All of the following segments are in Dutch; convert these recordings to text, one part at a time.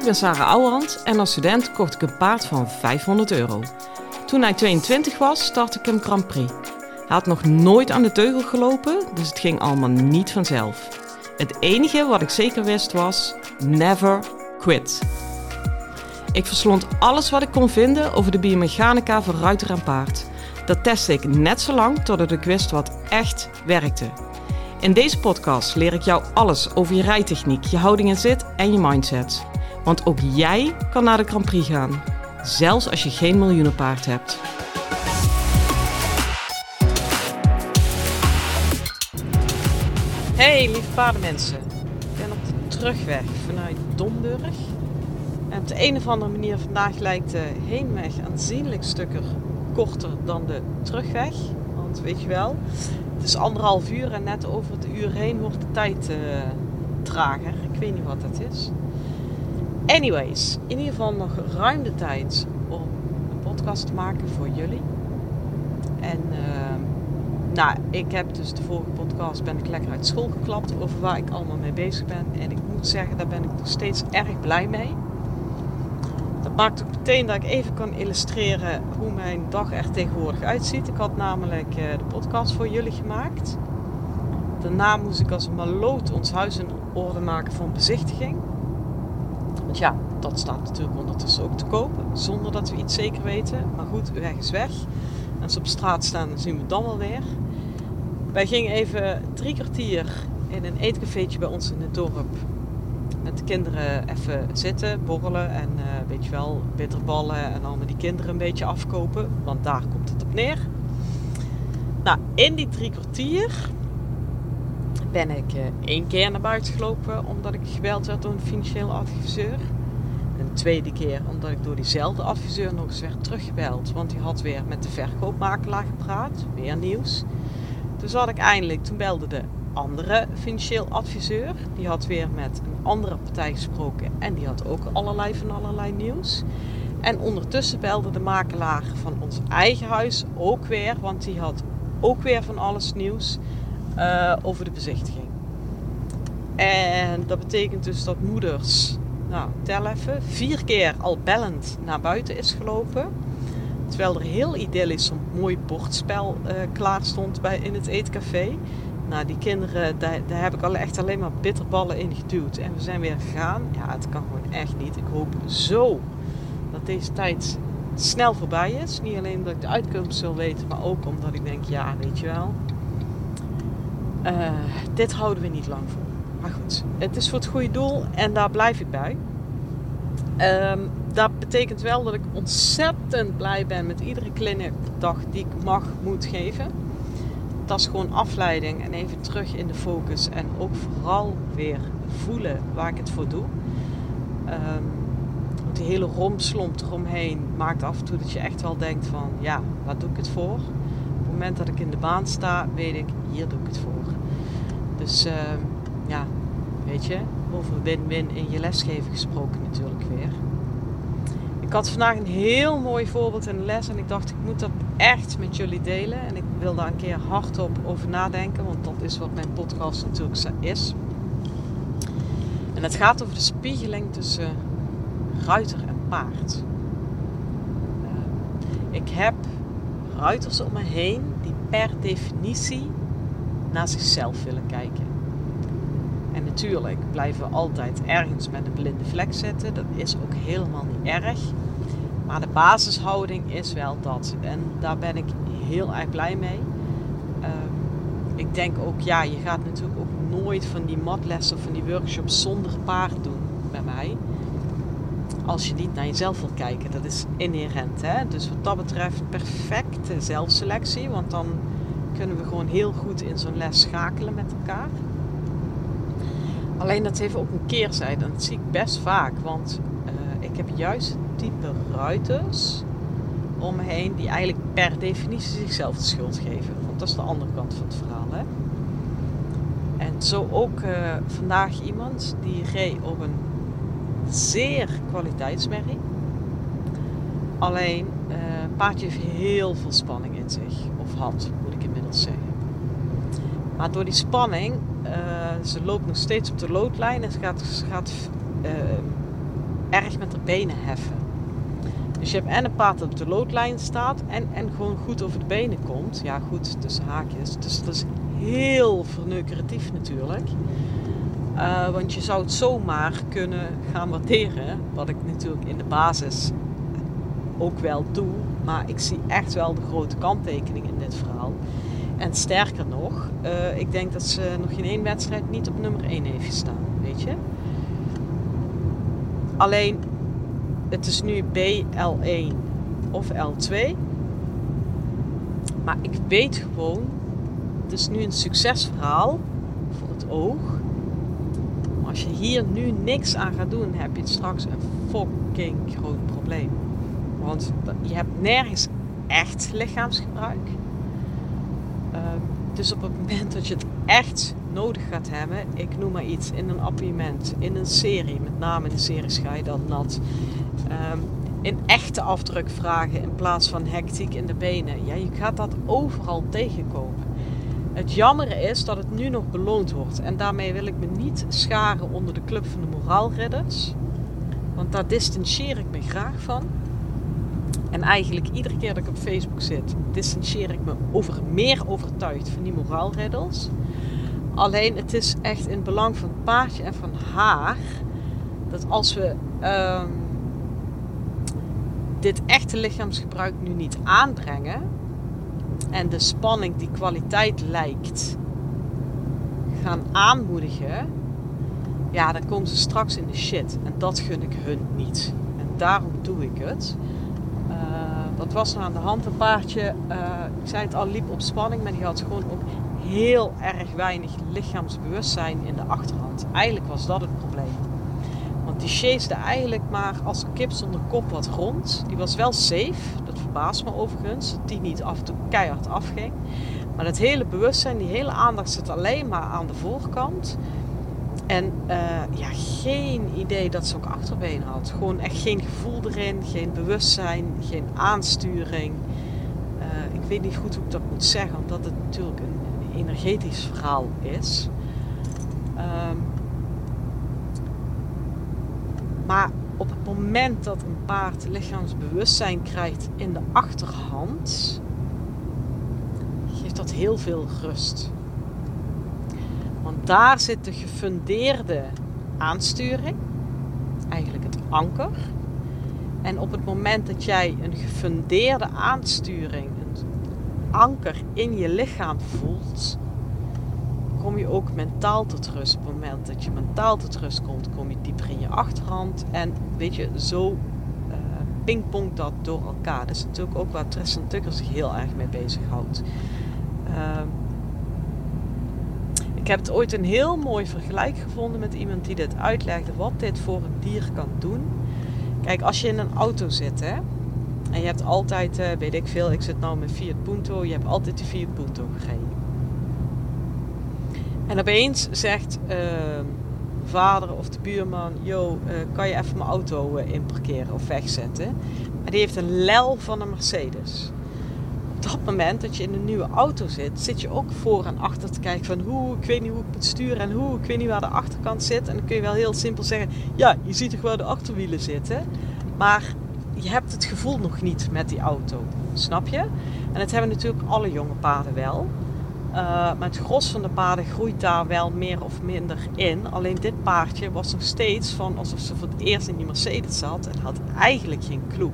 ben Sarah Ouwehand en als student kocht ik een paard van €500. Toen hij 22 was, startte ik hem Grand Prix. Hij had nog nooit aan de teugel gelopen, dus het ging allemaal niet vanzelf. Het enige wat ik zeker wist was, never quit. Ik verslond alles wat ik kon vinden over de biomechanica van ruiter en paard. Dat testte ik net zo lang totdat ik wist wat echt werkte. In deze podcast leer ik jou alles over je rijtechniek, je houding en zit en je mindset. Want ook jij kan naar de Grand Prix gaan, zelfs als je geen miljoenenpaard hebt. Hey lieve paardenmensen, ik ben op de terugweg vanuit Domburg. En op de een of andere manier vandaag lijkt de heenweg aanzienlijk stukken korter dan de terugweg. Want weet je wel, het is 1,5 uur en net over het uur heen wordt de tijd trager. Ik weet niet wat dat is. Anyways, in ieder geval nog ruim de tijd om een podcast te maken voor jullie. En ik heb dus de vorige podcast ben ik lekker uit school geklapt over waar ik allemaal mee bezig ben. En ik moet zeggen, daar ben ik nog steeds erg blij mee. Dat maakt ook meteen dat ik even kan illustreren hoe mijn dag er tegenwoordig uitziet. Ik had namelijk de podcast voor jullie gemaakt. Daarna moest ik als een maloot ons huis in orde maken voor een bezichtiging. Want ja, dat staat natuurlijk ondertussen ook te kopen, zonder dat we iets zeker weten. Maar goed, weg is weg. En als we op straat staan, dan zien we het dan wel weer. Wij gingen even 3 kwartier in een eetcafeetje bij ons in het dorp met de kinderen even zitten, borrelen en weet je wel, bitterballen en allemaal die kinderen een beetje afkopen. Want daar komt het op neer. Nou, in die 3 kwartier ben ik 1 keer naar buiten gelopen omdat ik gebeld werd door een financieel adviseur. Een tweede keer omdat ik door diezelfde adviseur nog eens werd teruggebeld. Want die had weer met de verkoopmakelaar gepraat. Weer nieuws. Toen belde de andere financieel adviseur. Die had weer met een andere partij gesproken. En die had ook allerlei nieuws. En ondertussen belde de makelaar van ons eigen huis ook weer. Want die had ook weer van alles nieuws over de bezichtiging. En dat betekent dus dat moeders, tel even, 4 keer al bellend naar buiten is gelopen. Terwijl er heel idyllisch een mooi bordspel klaar stond in het eetcafé. Nou, die kinderen, daar heb ik echt alleen maar bitterballen in geduwd. En we zijn weer gegaan. Ja, het kan gewoon echt niet. Ik hoop zo dat deze tijd snel voorbij is. Niet alleen omdat ik de uitkomst wil weten, maar ook omdat ik denk, ja, weet je wel. Dit houden we niet lang vol. Maar goed, het is voor het goede doel en daar blijf ik bij. Dat betekent wel dat ik ontzettend blij ben met iedere clinicdag die ik moet geven. Dat is gewoon afleiding en even terug in de focus. En ook vooral weer voelen waar ik het voor doe. Want die hele rompslomp eromheen maakt af en toe dat je echt wel denkt van, ja, waar doe ik het voor? Op het moment dat ik in de baan sta, weet ik, hier doe ik het voor. Dus weet je, over win-win in je lesgeven gesproken natuurlijk weer. Ik had vandaag een heel mooi voorbeeld in de les en ik dacht, ik moet dat echt met jullie delen. En ik wil daar een keer hardop over nadenken, want dat is wat mijn podcast natuurlijk is. En het gaat over de spiegeling tussen ruiter en paard. Ik heb ruiters om me heen die per definitie naar zichzelf willen kijken. En natuurlijk blijven we altijd ergens met een blinde vlek zitten. Dat is ook helemaal niet erg. Maar de basishouding is wel dat. En daar ben ik heel erg blij mee. Ik denk ook, ja, je gaat natuurlijk ook nooit van die matlessen of van die workshops zonder paard doen bij mij. Als je niet naar jezelf wilt kijken. Dat is inherent. Hè? Dus wat dat betreft perfecte zelfselectie. Want dan kunnen we gewoon heel goed in zo'n les schakelen met elkaar. Alleen dat heeft ook een keerzijde. En dat zie ik best vaak. Want ik heb juist het type ruiters om me heen die eigenlijk per definitie zichzelf de schuld geven. Want dat is de andere kant van het verhaal. Hè? En zo ook vandaag iemand die reed op een zeer kwaliteitsmerrie. Alleen het paardje heeft heel veel spanning in zich. Of had, moet ik inmiddels zeggen. Maar door die spanning, ze loopt nog steeds op de loodlijn en ze gaat erg met haar benen heffen. Dus je hebt en een paard dat op de loodlijn staat en gewoon goed over de benen komt. Ja, goed, tussen haakjes. Dus dat is heel verneukeratief natuurlijk. Want je zou het zomaar kunnen gaan waarderen. Wat ik natuurlijk in de basis ook wel doe. Maar ik zie echt wel de grote kanttekening in dit verhaal. En sterker nog, ik denk dat ze nog in 1 wedstrijd niet op nummer 1 heeft gestaan. Weet je? Alleen, het is nu B, L1 of L2. Maar ik weet gewoon, het is nu een succesverhaal voor het oog. Maar als je hier nu niks aan gaat doen, heb je straks een fucking groot probleem. Want je hebt nergens echt lichaamsgebruik. Dus op het moment dat je het echt nodig gaat hebben, ik noem maar iets, in een appartement, in een serie, met name in de series ga je dan nat, in echte afdruk vragen in plaats van hectiek in de benen. Ja, je gaat dat overal tegenkomen. Het jammer is dat het nu nog beloond wordt. En daarmee wil ik me niet scharen onder de club van de moraalridders. Want daar distancieer ik me graag van. En eigenlijk iedere keer dat ik op Facebook zit, distancieer ik me meer overtuigd van die moraalridders. Alleen het is echt in het belang van het paardje en van haar, dat als we dit echte lichaamsgebruik nu niet aanbrengen en de spanning die kwaliteit lijkt gaan aanmoedigen, ja, dan komen ze straks in de shit. En dat gun ik hun niet. En daarom doe ik het. Dat was nou aan de hand. Een paardje, ik zei het al, liep op spanning, maar die had gewoon ook heel erg weinig lichaamsbewustzijn in de achterhand. Eigenlijk was dat het probleem. Want die chaseerde eigenlijk maar als een kip zonder kop wat rond. Die was wel safe, dat verbaast me overigens, dat die niet af en toe keihard afging. Maar dat hele bewustzijn, die hele aandacht zit alleen maar aan de voorkant. En ja, geen idee dat ze ook achterbeen had. Gewoon echt geen gevoel erin, geen bewustzijn, geen aansturing. Ik weet niet goed hoe ik dat moet zeggen, omdat het natuurlijk een energetisch verhaal is. Maar op het moment dat een paard lichaamsbewustzijn krijgt in de achterhand, geeft dat heel veel rust. Want daar zit de gefundeerde aansturing, eigenlijk het anker. En op het moment dat jij een gefundeerde aansturing, een anker in je lichaam voelt, kom je ook mentaal tot rust. Op het moment dat je mentaal tot rust komt, kom je dieper in je achterhand. En weet je, zo pingpongt dat door elkaar. Dat is natuurlijk ook waar Tristan Tucker zich heel erg mee bezighoudt. Ik heb het ooit een heel mooi vergelijk gevonden met iemand die dit uitlegde, wat dit voor een dier kan doen. Kijk, als je in een auto zit, hè, en je hebt altijd, weet ik veel, ik zit nou met Fiat Punto, je hebt altijd de Fiat Punto gereden. En opeens zegt vader of de buurman, kan je even mijn auto inparkeren of wegzetten? Maar die heeft een lel van een Mercedes. Op dat moment dat je in een nieuwe auto zit, zit je ook voor en achter te kijken van ik weet niet hoe ik moet sturen en ik weet niet waar de achterkant zit. En dan kun je wel heel simpel zeggen, ja, je ziet toch wel de achterwielen zitten. Maar je hebt het gevoel nog niet met die auto, snap je? En dat hebben natuurlijk alle jonge paarden wel. Maar het gros van de paarden groeit daar wel meer of minder in. Alleen dit paardje was nog steeds van alsof ze voor het eerst in die Mercedes zat en had eigenlijk geen clue.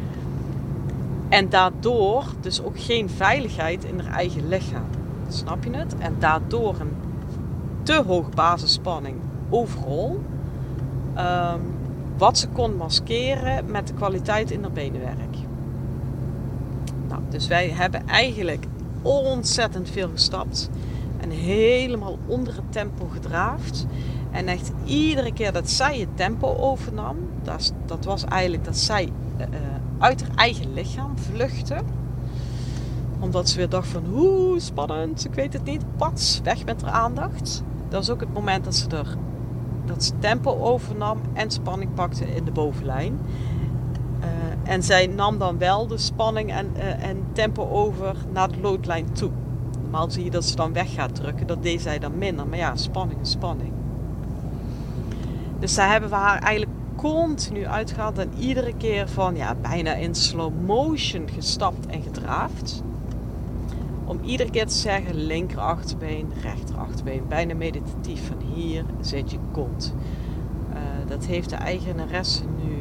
En daardoor dus ook geen veiligheid in haar eigen lichaam. Snap je het? En daardoor een te hoge basisspanning overal. Wat ze kon maskeren met de kwaliteit in haar benenwerk. Nou, dus wij hebben eigenlijk ontzettend veel gestapt. En helemaal onder het tempo gedraafd. En echt iedere keer dat zij het tempo overnam. Dat was eigenlijk dat zij uit haar eigen lichaam vluchtte. Omdat ze weer dacht van spannend, ik weet het niet. Pats, weg met haar aandacht. Dat was ook het moment dat ze tempo overnam en spanning pakte in de bovenlijn. En zij nam dan wel de spanning en tempo over naar de loodlijn toe. Normaal zie je dat ze dan weg gaat drukken. Dat deed zij dan minder. Maar ja, spanning is spanning. Dus daar hebben we haar eigenlijk continu uitgaat en iedere keer van bijna in slow motion gestapt en gedraafd. Om iedere keer te zeggen linker achterbeen, rechter achterbeen. Bijna meditatief van hier zit je kont. Dat heeft de eigenaresse nu,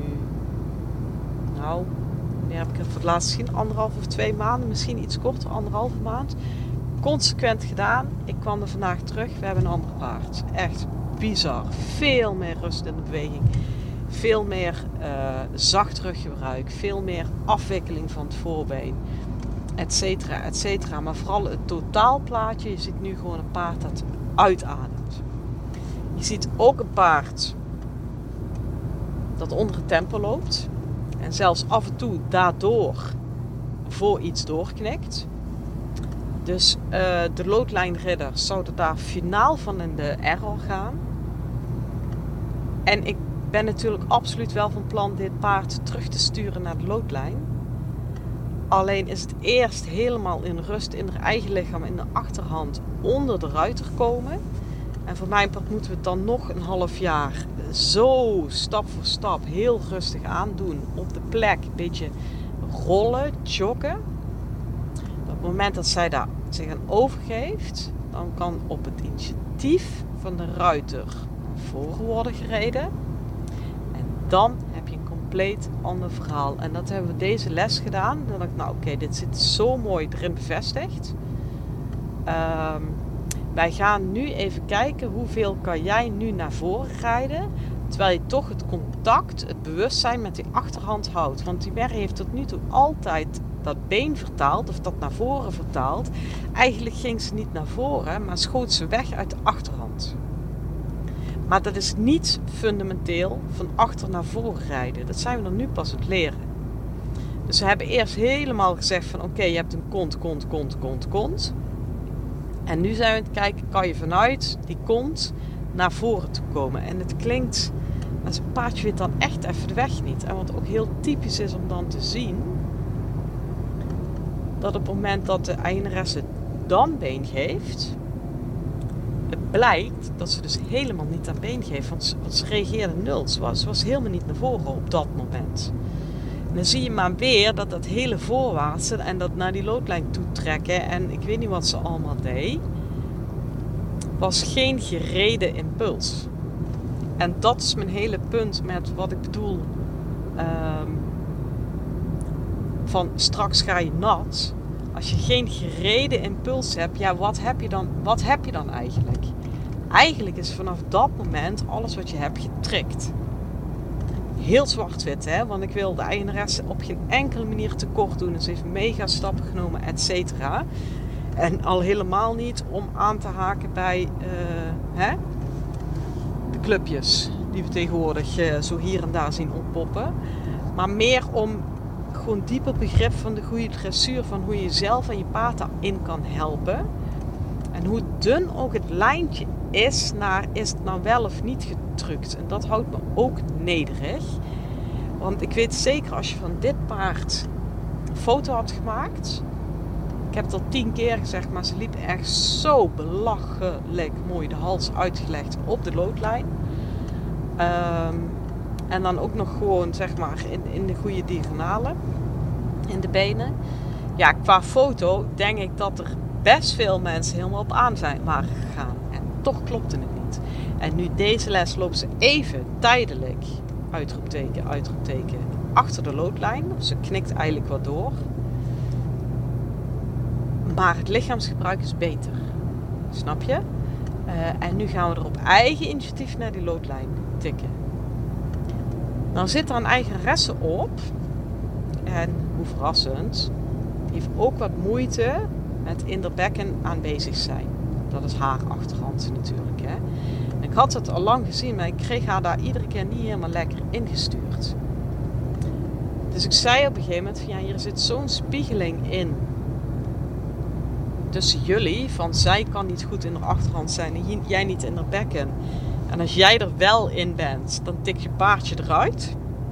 wanneer heb ik het voor het laatst gezien? 1,5 of 2 maanden, misschien iets korter, 1,5 maand. Consequent gedaan. Ik kwam er vandaag terug. We hebben een ander paard. Echt bizar. Veel meer rust in de beweging. Veel meer zacht ruggebruik. Veel meer afwikkeling van het voorbeen. Etcetera, etcetera. Maar vooral het totaalplaatje. Je ziet nu gewoon een paard dat uitademt. Je ziet ook een paard dat onder het tempo loopt. En zelfs af en toe daardoor voor iets doorknikt. Dus de loodlijnridders zouden daar finaal van in de error gaan. En ik ben natuurlijk absoluut wel van plan dit paard terug te sturen naar de loodlijn. Alleen is het eerst helemaal in rust in haar eigen lichaam, in de achterhand, onder de ruiter komen. En voor mijn part moeten we het dan nog een half jaar zo stap voor stap heel rustig aandoen. Op de plek een beetje rollen, joggen. Op het moment dat zij daar zich aan overgeeft, dan kan op het initiatief van de ruiter naar voren worden gereden. En dan heb je een compleet ander verhaal. En dat hebben we deze les gedaan. Dan dacht ik, dit zit zo mooi erin bevestigd. Wij gaan nu even kijken hoeveel kan jij nu naar voren rijden. Terwijl je toch het contact, het bewustzijn met die achterhand houdt. Want die Mary heeft tot nu toe altijd dat been vertaald, of dat naar voren vertaald. Eigenlijk ging ze niet naar voren, maar schoot ze weg uit de achterhand. Maar dat is niet fundamenteel van achter naar voren rijden. Dat zijn we er nu pas aan het leren. Dus we hebben eerst helemaal gezegd van oké, je hebt een kont. En nu zijn we aan het kijken, kan je vanuit die kont naar voren toe komen. En het klinkt, maar zo'n paardje weet dan echt even de weg niet. En wat ook heel typisch is om dan te zien, dat op het moment dat de eigenaresse dan been geeft, het blijkt dat ze dus helemaal niet aan been geeft. Want ze reageerde nul. Ze was helemaal niet naar voren op dat moment. En dan zie je maar weer dat hele voorwaartse en dat naar die loodlijn toe trekken en ik weet niet wat ze allemaal deed, was geen gereden impuls. En dat is mijn hele punt met wat ik bedoel van straks ga je nat. Als je geen gereden impuls hebt, wat heb je dan eigenlijk? Eigenlijk is vanaf dat moment alles wat je hebt getrikt. Heel zwart-wit, hè? Want ik wil de eigenaresse op geen enkele manier tekort doen. Ze heeft mega stappen genomen, et cetera. En al helemaal niet om aan te haken bij de clubjes die we tegenwoordig zo hier en daar zien oppoppen. Maar meer om gewoon dieper begrip van de goede dressuur, van hoe je jezelf en je paard daarin kan helpen. En hoe dun ook het lijntje is naar is het nou wel of niet getrukt. En dat houdt me ook nederig. Want ik weet zeker als je van dit paard een foto had gemaakt. Ik heb het al 10 keer gezegd, maar ze liep echt zo belachelijk mooi de hals uitgelegd op de loodlijn. En dan ook nog gewoon zeg maar in de goede diagonale. In de benen. Ja, qua foto denk ik dat er best veel mensen helemaal op aan waren gegaan. En toch klopte het niet. En nu deze les loopt ze even tijdelijk, uitroepteken, achter de loodlijn. Ze knikt eigenlijk wat door. Maar het lichaamsgebruik is beter. Snap je? En nu gaan we er op eigen initiatief naar die loodlijn tikken. Dan zit er een eigenaresse op. En hoe verrassend. Die heeft ook wat moeite met in de bekken aanwezig zijn. Dat is haar achterhand natuurlijk. Hè? En ik had het al lang gezien, maar ik kreeg haar daar iedere keer niet helemaal lekker ingestuurd. Dus ik zei op een gegeven moment van hier zit zo'n spiegeling in. Tussen jullie, van zij kan niet goed in haar achterhand zijn en jij niet in haar bekken. En als jij er wel in bent, dan tik je paardje eruit.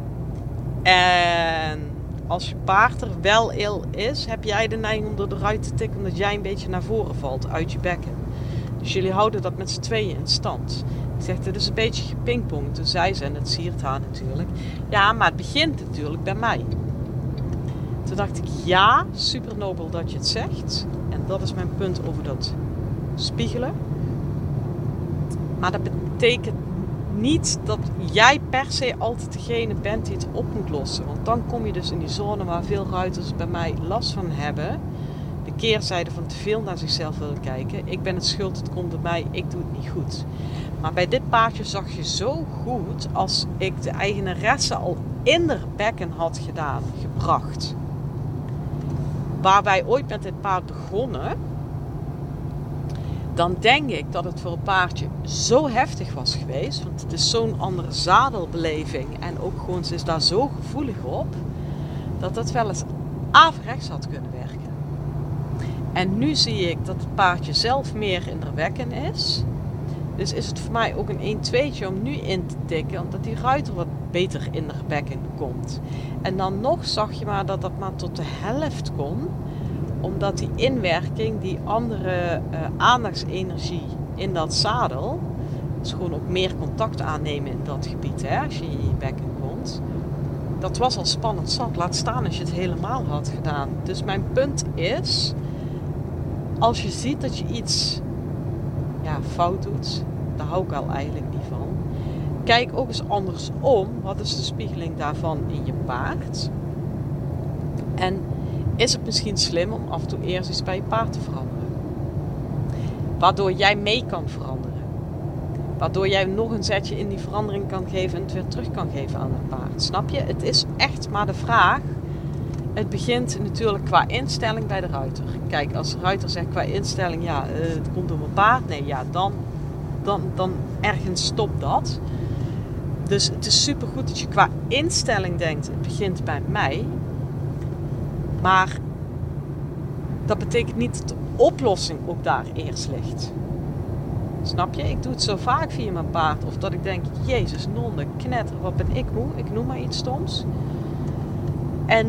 En als je paard er wel is, heb jij de neiging om er eruit te tikken omdat jij een beetje naar voren valt uit je bekken. Dus jullie houden dat met z'n tweeën in stand. Ik zeg, dit is een beetje gepingpongd. Toen zei ze, en het siert haar natuurlijk. Ja, maar het begint natuurlijk bij mij. Toen dacht ik, ja, super nobel dat je het zegt. En dat is mijn punt over dat spiegelen. Maar dat betekent niet dat jij per se altijd degene bent die het op moet lossen. Want dan kom je dus in die zone waar veel ruiters bij mij last van hebben. De keerzijde van te veel naar zichzelf willen kijken. Ik ben het schuld, het komt door mij, ik doe het niet goed. Maar bij dit paardje zag je zo goed als ik de eigenaresse al in de bekken had gebracht. Waar wij ooit met dit paard begonnen, dan denk ik dat het voor een paardje zo heftig was geweest. Want het is zo'n andere zadelbeleving en ook gewoon, ze is daar zo gevoelig op, dat dat wel eens averechts had kunnen werken. En nu zie ik dat het paardje zelf meer in de bekken is. Dus is het voor mij ook een 1-2'tje om nu in te tikken, omdat die ruiter wat beter in de bekken komt. En dan nog zag je maar dat dat maar tot de helft kon, omdat die inwerking, die andere aandachtsenergie in dat zadel, dus gewoon ook meer contact aannemen in dat gebied, hè, als je in je bekken komt, dat was al spannend zat. Laat staan als je het helemaal had gedaan. Dus mijn punt is, als je ziet dat je iets fout doet, daar hou ik al eigenlijk niet van. Kijk ook eens andersom. Wat is de spiegeling daarvan in je paard? En is het misschien slim om af en toe eerst iets bij je paard te veranderen? Waardoor jij mee kan veranderen. Waardoor jij nog een zetje in die verandering kan geven en het weer terug kan geven aan het paard. Snap je? Het is echt maar de vraag. Het begint natuurlijk qua instelling bij de ruiter. Kijk, als de ruiter zegt qua instelling, het komt door mijn paard. Nee, dan ergens stopt dat. Dus het is supergoed dat je qua instelling denkt, het begint bij mij. Maar dat betekent niet dat de oplossing ook daar eerst ligt. Snap je? Ik doe het zo vaak via mijn paard. Of dat ik denk, jezus, nonde, knetter, wat ben ik moe? Ik noem maar iets stoms. En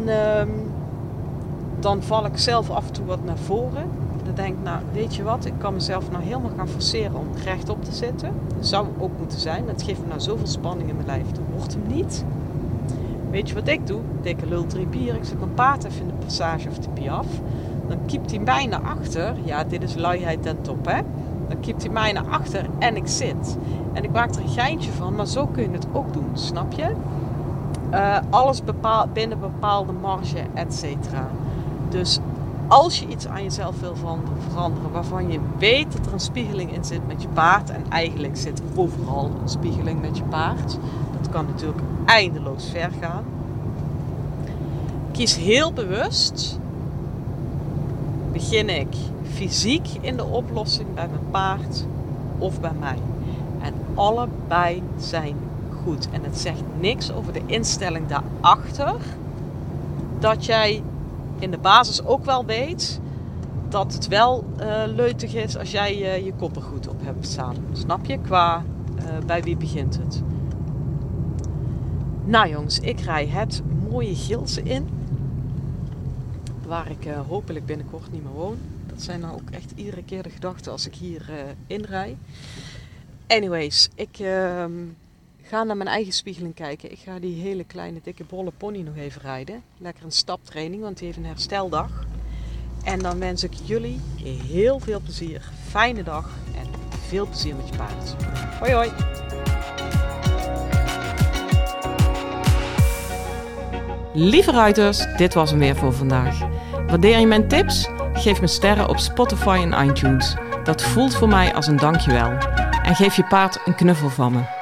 dan val ik zelf af en toe wat naar voren. Dan denk ik, weet je wat? Ik kan mezelf nou helemaal gaan forceren om rechtop te zitten. Dat zou ook moeten zijn. Dat geeft me nou zoveel spanning in mijn lijf. Dat wordt hem niet. Weet je wat ik doe? Dikke lul 3 bier. Ik zet mijn paard even in de passage of de piaf. Dan kiept hij mij naar achter. Ja, dit is luiheid ten top, hè? Dan kiept hij mij naar achter en ik zit. En ik maak er een geintje van, maar zo kun je het ook doen, snap je? Alles binnen bepaalde marge, et cetera. Dus als je iets aan jezelf wil veranderen waarvan je weet dat er een spiegeling in zit met je paard, en eigenlijk zit overal een spiegeling met je paard, dat kan natuurlijk eindeloos ver gaan. Kies heel bewust, begin ik fysiek in de oplossing bij mijn paard of bij mij. En allebei zijn goed. En het zegt niks over de instelling daarachter, dat jij in de basis ook wel weet dat het wel leutig is als jij je koppen goed op hebt staan. Snap je? Qua bij wie begint het? Nou jongens, ik rij het mooie Gilse in. Waar ik hopelijk binnenkort niet meer woon. Dat zijn nou ook echt iedere keer de gedachten als ik hier inrij. Anyways, ik ga naar mijn eigen spiegeling kijken. Ik ga die hele kleine dikke bolle pony nog even rijden. Lekker een staptraining, want die heeft een hersteldag. En dan wens ik jullie heel veel plezier. Fijne dag en veel plezier met je paard. Hoi hoi! Lieve ruiters, dit was hem weer voor vandaag. Waardeer je mijn tips? Geef me sterren op Spotify en iTunes. Dat voelt voor mij als een dankjewel. En geef je paard een knuffel van me.